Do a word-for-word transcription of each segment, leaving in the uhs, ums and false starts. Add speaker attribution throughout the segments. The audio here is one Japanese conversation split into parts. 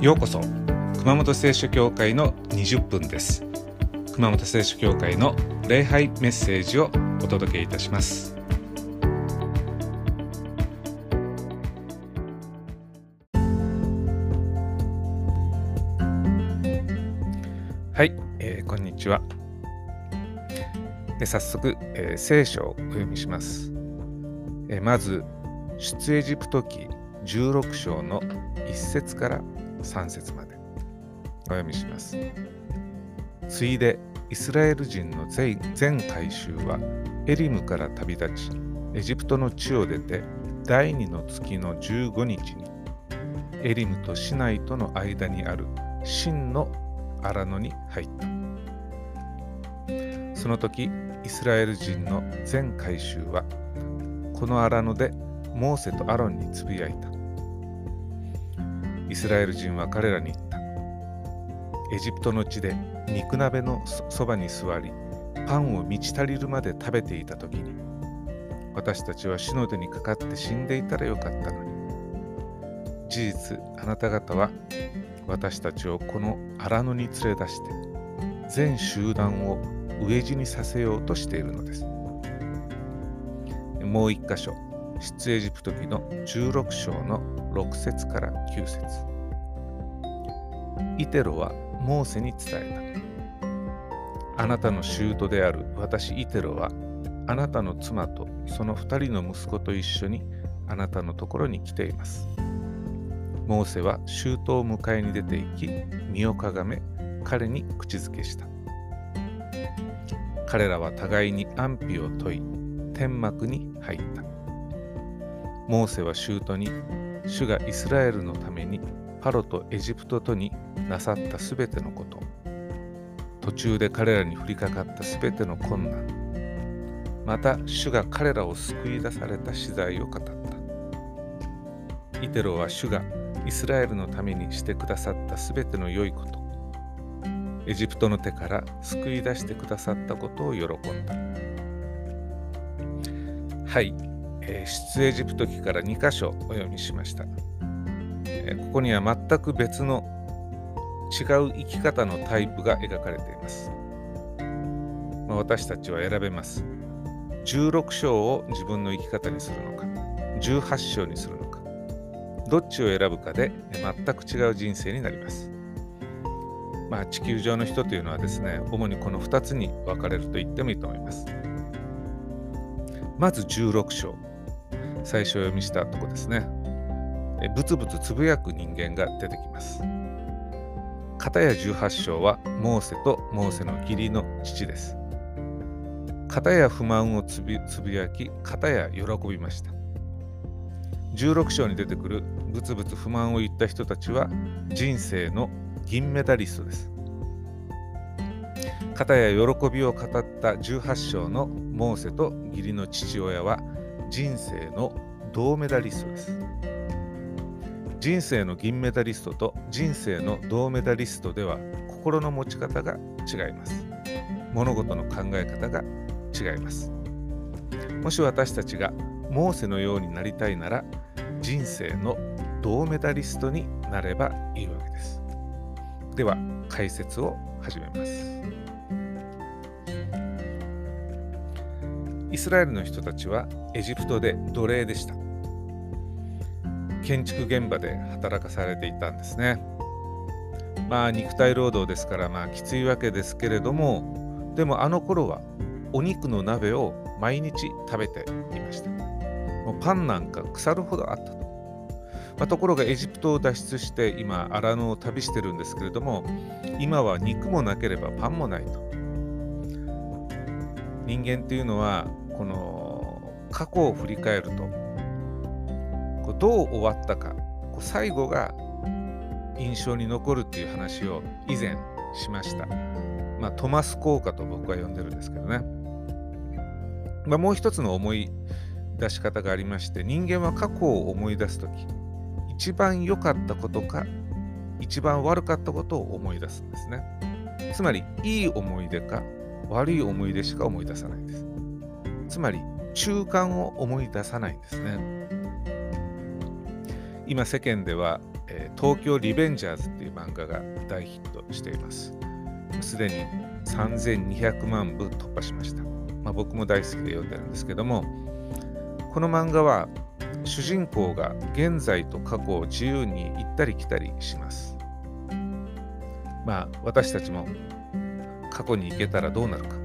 Speaker 1: ようこそ熊本聖書教会のにじゅっぷんです。熊本聖書教会の礼拝メッセージをお届けいたします。はい、えー、こんにちは。えー、早速、えー、聖書をお読みします。えー、まず出エジプト記じゅうろく章のいっ節からさん節までお読みします。ついでイスラエル人の全会衆はエリムから旅立ち、エジプトの地を出て第二の月のじゅうごにちにエリムとシナイとの間にあるシンの荒野に入った。その時イスラエル人の全会衆はこの荒野でモーセとアロンにつぶやいた。イスラエル人は彼らに言った。エジプトの地で肉鍋のそばに座り、パンを満ち足りるまで食べていたときに、私たちは死の手にかかって死んでいたらよかったのに。事実、あなた方は私たちをこの荒野に連れ出して、全集団を飢え死にさせようとしているのです。もう一箇所、出エジプト記のじゅうろく章のろく節からきゅう節。イテロはモーセに伝えた。あなたの舅である私イテロはあなたの妻とその二人の息子と一緒にあなたのところに来ています。モーセは舅を迎えに出て行き、身をかがめ彼に口づけした。彼らは互いに安否を問い、天幕に入った。モーセは舅に、主がイスラエルのためにパロとエジプトとになさったすべてのこと、途中で彼らに降りかかったすべての困難、また主が彼らを救い出された資材を語った。イテロは主がイスラエルのためにしてくださったすべての良いこと、エジプトの手から救い出してくださったことを喜んだ。はい、えー、出エジプト記からに箇所お読みしました。えー、ここには全く別の違う生き方のタイプが描かれています。まあ、私たちは選べます。じゅうろく章を自分の生き方にするのか、じゅうはち章にするのか、どっちを選ぶかで全く違う人生になります。まあ、地球上の人というのはですね、主にこのふたつに分かれると言ってもいいと思います。まずじゅうろく章、最初読みしたとこですね。ブツブツつぶやく人間が出てきます。かたやじゅうはち章はモーセとモーセの義理の父です。かたや不満をつぶ、つぶやき、かたや喜びました。じゅうろく章に出てくるブツブツ不満を言った人たちは人生の銀メダリストです。かたや喜びを語ったじゅうはち章のモーセと義理の父親は人生の銅メダリストです。人生の銀メダリストと人生の銅メダリストでは心の持ち方が違います。物事の考え方が違います。もし私たちがモーセのようになりたいなら人生の銅メダリストになればいいわけです。では解説を始めます。イスラエルの人たちはエジプトで奴隷でした。建築現場で働かされていたんですね。まあ肉体労働ですからまあきついわけですけれども、でもあの頃はお肉の鍋を毎日食べていました。もうパンなんか腐るほどあったと。まあ、ところがエジプトを脱出して今荒野を旅してるんですけれども、今は肉もなければパンもないと。人間っていうのはこの過去を振り返るとこうどう終わったか、こう最後が印象に残るっていう話を以前しました。まあ、トマス効果と僕は呼んでるんですけどね。まあ、もう一つの思い出し方がありまして、人間は過去を思い出すとき、一番良かったことか一番悪かったことを思い出すんですね。つまりいい思い出か悪い思い出しか思い出さないんです。つまり中間を思い出さないんですね。今世間では、えー、東京リベンジャーズってっていう漫画が大ヒットしています。すでにさんぜんにひゃくまんぶ突破しました。まあ、僕も大好きで読んでるんですけども、この漫画は主人公が現在と過去を自由に行ったり来たりします。まあ私たちも過去に行けたらどうなるか。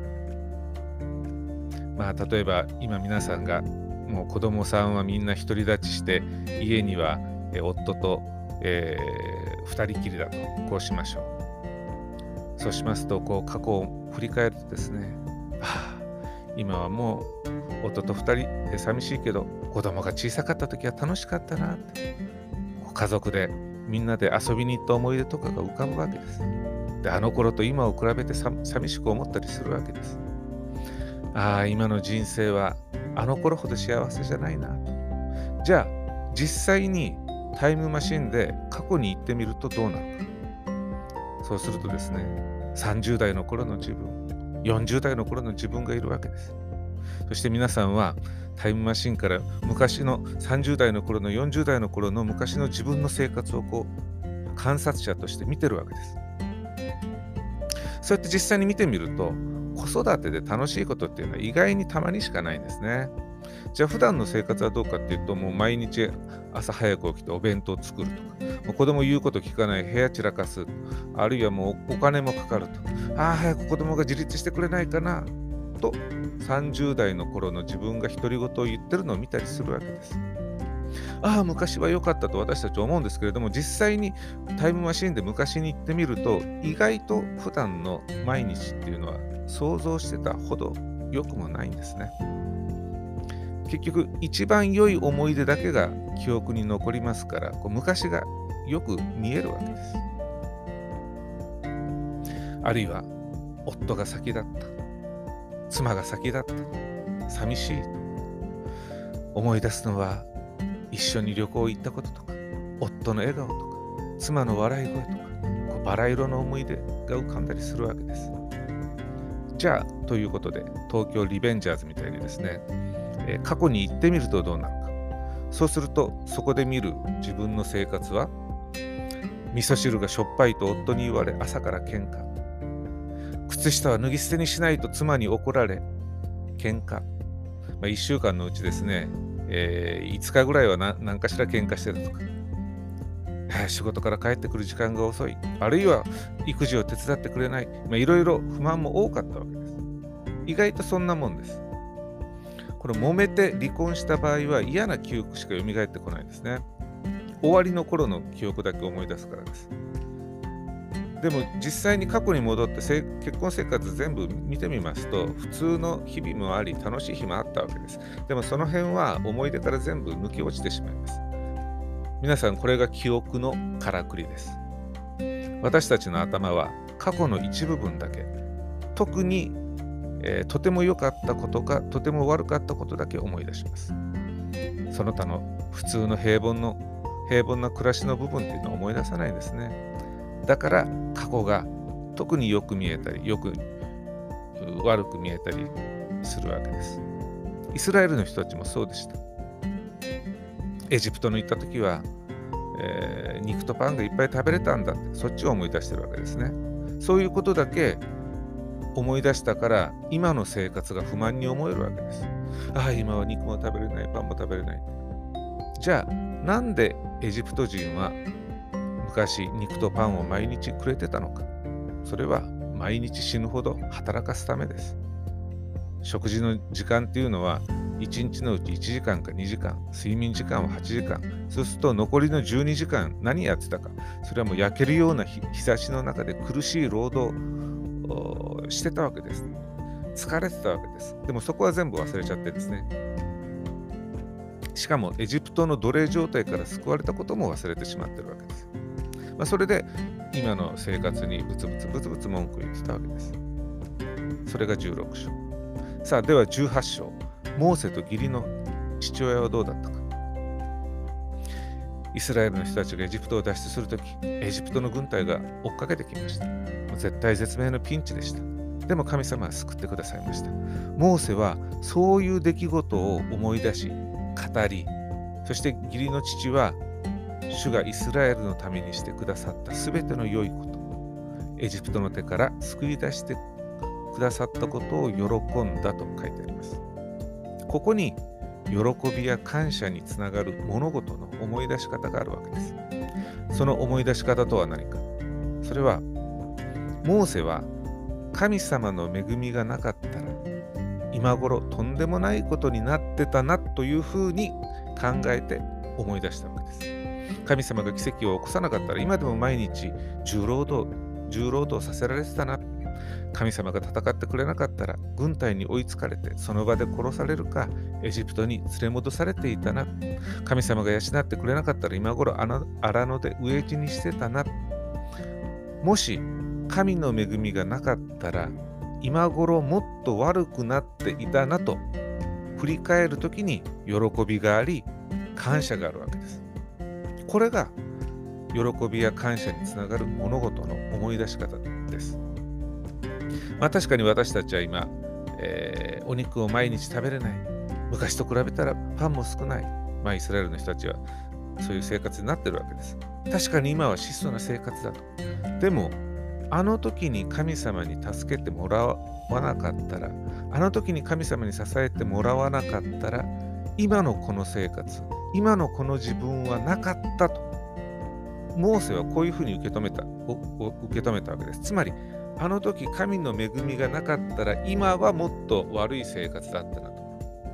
Speaker 1: まあ例えば今皆さんがもう子供さんはみんな独り立ちして家にはえ夫と、えー、二人きりだとこうしましょう。そうしますとこう過去を振り返るとですね、はあ、今はもう夫と二人で寂しいけど子供が小さかった時は楽しかったなって、家族でみんなで遊びに行った思い出とかが浮かぶわけです。で、あの頃と今を比べてさ寂しく思ったりするわけです。ああ、今の人生はあの頃ほど幸せじゃないなと。じゃあ実際にタイムマシンで過去に行ってみるとどうなるか。そうするとですね、さんじゅう代の頃の自分、よんじゅう代の頃の自分がいるわけです。そして皆さんはタイムマシンから昔のさんじゅう代の頃のよんじゅう代の頃の昔の自分の生活をこう観察者として見てるわけです。そうやって実際に見てみると、子育てで楽しいことっていうのは意外にたまにしかないんですね。じゃあ普段の生活はどうかっていうと、もう毎日朝早く起きてお弁当を作るとか、もう子供言うこと聞かない、部屋散らかす、あるいはもうお金もかかると、ああ早く子供が自立してくれないかなとさんじゅう代の頃の自分が独り言を言ってるのを見たりするわけです。ああ昔は良かったと私たちは思うんですけれども、実際にタイムマシンで昔に行ってみると、意外と普段の毎日っていうのは想像してたほど良くもないんですね。結局一番良い思い出だけが記憶に残りますから、こう昔がよく見えるわけです。あるいは夫が先だった、妻が先だった、寂しいと思い出すのは、一緒に旅行行ったこととか、夫の笑顔とか、妻の笑い声とか、こうバラ色の思い出が浮かんだりするわけです。じゃあということで、東京リベンジャーズみたいにですね、えー過去に行ってみるとどうなるか。そうするとそこで見る自分の生活は、味噌汁がしょっぱいと夫に言われ朝から喧嘩、靴下は脱ぎ捨てにしないと妻に怒られ喧嘩、まあ、いっしゅうかんのうちですね、えーいつかぐらいはな何かしら喧嘩してるとか、はあ仕事から帰ってくる時間が遅い、あるいは育児を手伝ってくれない、まあ、いろいろ不満も多かったわけです。意外とそんなもんです。これ揉めて離婚した場合は嫌な記憶しか蘇ってこないですね。終わりの頃の記憶だけ思い出すからです。でも実際に過去に戻ってせ結婚生活全部見てみますと、普通の日々もあり楽しい日もあったわけです。でもその辺は思い出から全部抜き落ちてしまいます。皆さん、これが記憶のからくりです。私たちの頭は過去の一部分だけ、特にえーとても良かったことかとても悪かったことだけ思い出します。その他の普通の平凡の平凡な暮らしの部分っていうのは思い出さないですね。だから過去が特によく見えたり、よく悪く見えたりするわけです。イスラエルの人たちもそうでした。エジプトに行った時は、えー肉とパンがいっぱい食べれたんだって、そっちを思い出してるわけですね。そういうことだけ思い出したから今の生活が不満に思えるわけです。ああ、今は肉も食べれない、パンも食べれない。じゃあなんでエジプト人は昔肉とパンを毎日くれてたのか。それは毎日死ぬほど働かすためです。食事の時間っていうのはいちにちのうちいちじかんかにじかん、睡眠時間ははちじかん、そうすると残りのじゅうにじかん何やってたか。それはもう焼けるような日日差しの中で苦しい労働してたわけです。疲れてたわけです。でもそこは全部忘れちゃってですね。しかもエジプトの奴隷状態から救われたことも忘れてしまってるわけです。まあ、それで今の生活にブツブツブツブツ文句を言ってたわけです。それがじゅうろく章。さあではじゅうはち章。モーセと義理の父親はどうだったか。イスラエルの人たちがエジプトを脱出するとき、エジプトの軍隊が追っかけてきました。絶対絶命のピンチでした。でも神様は救ってくださいました。モーセはそういう出来事を思い出し、語り、そして義理の父は主がイスラエルのためにしてくださったすべての良いこと、エジプトの手から救い出してくださったことを喜んだと書いてあります。ここに喜びや感謝につながる物事の思い出し方があるわけです。その思い出し方とは何か。それは、モーセは神様の恵みがなかったら今頃とんでもないことになってたなというふうに考えて思い出したわけです。神様が奇跡を起こさなかったら今でも毎日重労働重労働させられてたな。神様が戦ってくれなかったら軍隊に追いつかれてその場で殺されるかエジプトに連れ戻されていたな。神様が養ってくれなかったら今頃荒野で飢え死にしてたな。もし神の恵みがなかったら今頃もっと悪くなっていたなと振り返るときに喜びがあり感謝があるわけです。これが喜びや感謝につながる物事の思い出し方です。まあ確かに私たちは今、えーお肉を毎日食べれない。昔と比べたらパンも少ない。まあイスラエルの人たちはそういう生活になってるわけです。確かに今は質素な生活だと。でもあの時に神様に助けてもらわなかったら、あの時に神様に支えてもらわなかったら、今のこの生活、今のこの自分はなかったと。モーセはこういうふうに受け止めた、受け止めたわけです。つまり、あの時神の恵みがなかったら、今はもっと悪い生活だったなと。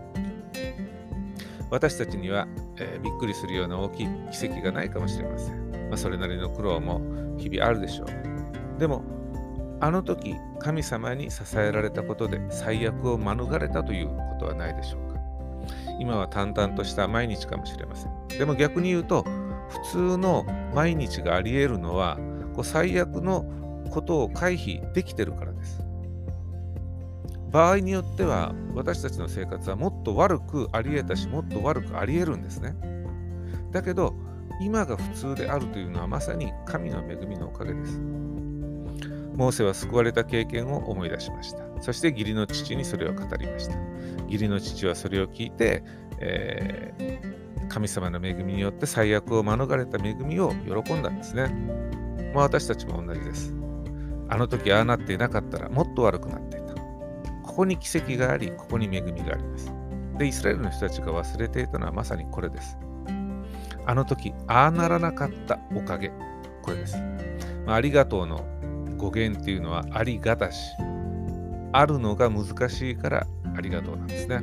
Speaker 1: 私たちには、えー、びっくりするような大きい奇跡がないかもしれません。まあ、それなりの苦労も日々あるでしょう。でも、あの時、神様に支えられたことで最悪を免れたということはないでしょうか。今は淡々とした毎日かもしれません。でも逆に言うと、普通の毎日があり得るのは、こう最悪のことを回避できてるからです。場合によっては、私たちの生活はもっと悪くあり得たし、もっと悪くあり得るんですね。だけど、今が普通であるというのはまさに神の恵みのおかげです。モーセは救われた経験を思い出しました。そして義理の父にそれを語りました。義理の父はそれを聞いて、えー、神様の恵みによって最悪を免れた恵みを喜んだんですね。まあ私たちも同じです。あの時ああなっていなかったらもっと悪くなっていた。ここに奇跡があり、ここに恵みがあります。で、イスラエルの人たちが忘れていたのはまさにこれです。あの時ああならなかったおかげ。これです。まあ、ありがとうの語源っていうのはありがたし、あるのが難しいからありがとうなんですね。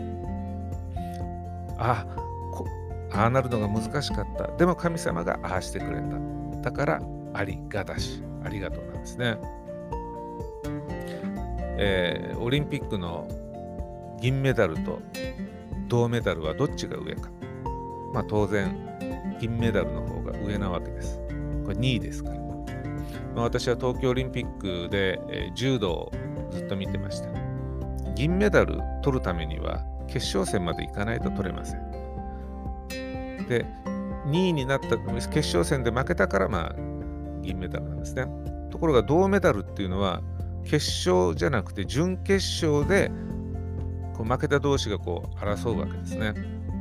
Speaker 1: あこああなるのが難しかった。でも神様がああしてくれた。だからありがたし、ありがとうなんですね。えー、オリンピックの銀メダルと銅メダルはどっちが上か。まあ当然銀メダルの方が上なわけです。これにいですから。まあ、私は東京オリンピックで、えー、柔道をずっと見てました。銀メダル取るためには決勝戦まで行かないと取れません。で、にいになった決勝戦で負けたからまあ銀メダルなんですね。ところが銅メダルっていうのは決勝じゃなくて準決勝でこう負けた同士がこう争うわけですね。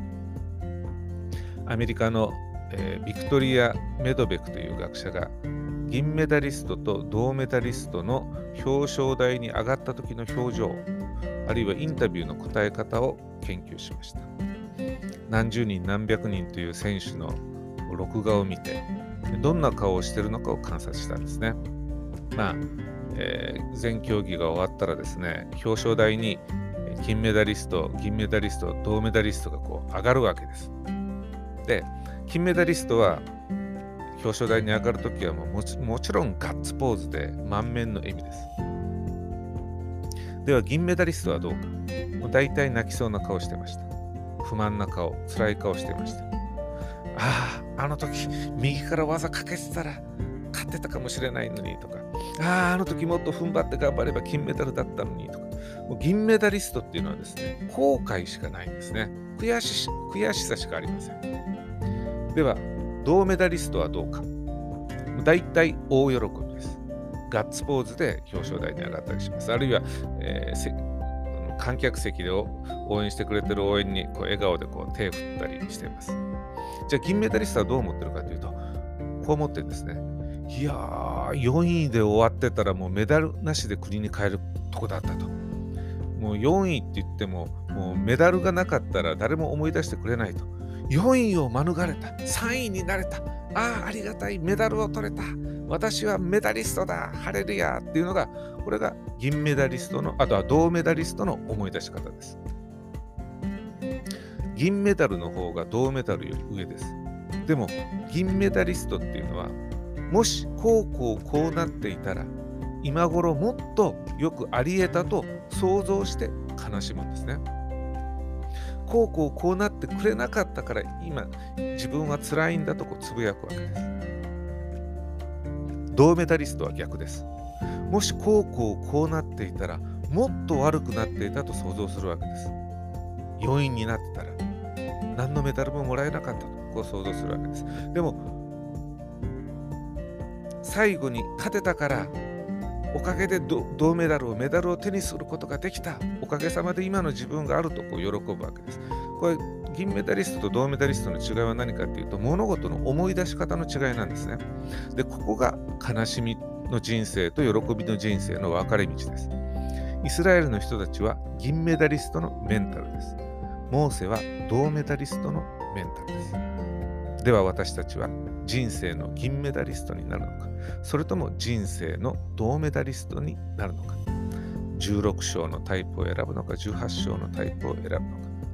Speaker 1: アメリカの、えー、ビクトリア・メドベクという学者が銀メダリストと銅メダリストの表彰台に上がった時の表情、あるいはインタビューの答え方を研究しました。何十人何百人という選手の録画を見て、どんな顔をしているのかを観察したんですね。まあ、えー、全競技が終わったらですね、表彰台に金メダリスト、銀メダリスト、銅メダリストがこう上がるわけです。で、金メダリストは表彰台に上がるときはもう も, ちもちろんガッツポーズで満面の笑みです。では銀メダリストはどうか。もう大体泣きそうな顔してました。不満な顔、辛い顔してました。ああ、あの時右から技かけてたら勝ってたかもしれないのにとか、ああ、あの時もっと踏ん張って頑張れば金メダルだったのにとか、もう銀メダリストっていうのはですね、後悔しかないんですね。悔し、悔しさしかありません。では、銅メダリストはどうか。大体大喜びです。ガッツポーズで表彰台に上がったりします。あるいは、えー、 観客席で応援してくれてる応援にこう笑顔でこう手を振ったりしています。じゃあ銀メダリストはどう思ってるかというと、こう思ってるんですね。いやー、よんいで終わってたらもうメダルなしで国に帰るとこだったと。もうよんいって言っても、もうメダルがなかったら誰も思い出してくれないと。よんいを免れた。さんいになれた。ああ、ありがたい。メダルを取れた。私はメダリストだ。ハレルヤっていうのが、これが銀メダリストの、あとは銅メダリストの思い出し方です。銀メダルの方が銅メダルより上です。でも、銀メダリストっていうのは、もしこうこうこうなっていたら、今頃もっとよくあり得たと想像して悲しむんですね。こうこうこうなってくれなかったから今自分は辛いんだとこうつぶやくわけです。銅メダリストは逆です。もしこうこうこうなっていたらもっと悪くなっていたと想像するわけです。よんいになってたら何のメダルももらえなかったとこう想像するわけです。でも最後に勝てたからおかげで銅メダルをメダルを手にすることができた、おかげさまで今の自分があるとこう喜ぶわけです。これ銀メダリストと銅メダリストの違いは何かというと、物事の思い出し方の違いなんですね。でここが悲しみの人生と喜びの人生の分かれ道です。イスラエルの人たちは銀メダリストのメンタルです。モーセは銅メダリストのメンタルです。では私たちは人生の銀メダリストになるのか、それとも人生の銅メダリストになるのか、じゅうろく章のタイプを選ぶのか、じゅうはち章のタイプを選ぶのか。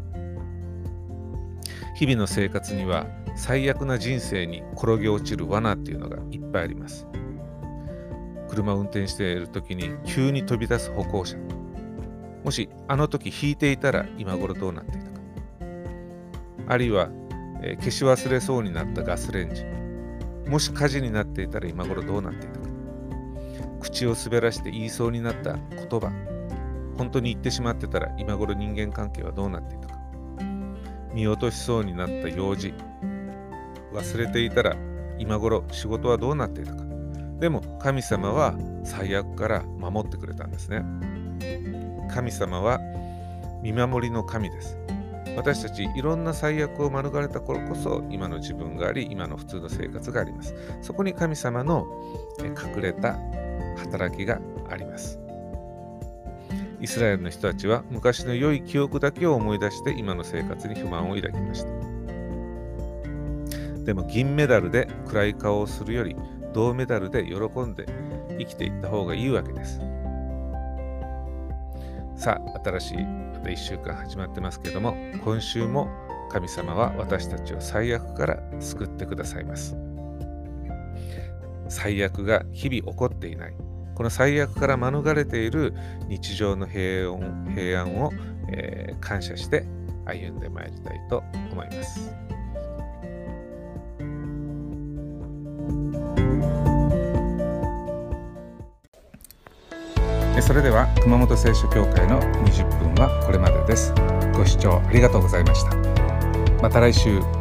Speaker 1: 日々の生活には最悪な人生に転げ落ちる罠っていうのがいっぱいあります。車を運転している時に急に飛び出す歩行者、もしあの時引いていたら今頃どうなっていたか、あるいはえー、消し忘れそうになったガスレンジ、もし火事になっていたら今頃どうなっていたか、口を滑らして言いそうになった言葉、本当に言ってしまってたら今頃人間関係はどうなっていたか、見落としそうになった用事、忘れていたら今頃仕事はどうなっていたか。でも神様は最悪から守ってくれたんですね。神様は見守りの神です。私たちいろんな最悪を免れた頃こそ今の自分があり、今の普通の生活があります。そこに神様の隠れた働きがあります。イスラエルの人たちは昔の良い記憶だけを思い出して今の生活に不満を抱きました。でも銀メダルで暗い顔をするより銅メダルで喜んで生きていった方がいいわけです。さあ、新しいまたいっしゅうかん始まってますけども、今週も神様は私たちを最悪から救ってくださいます。最悪が日々起こっていない、この最悪から免れている日常の平穏、平安を、えー、感謝して歩んでまいりたいと思います。それでは熊本聖書教会のにじゅっぷんはこれまでです。ご視聴ありがとうございました。また来週。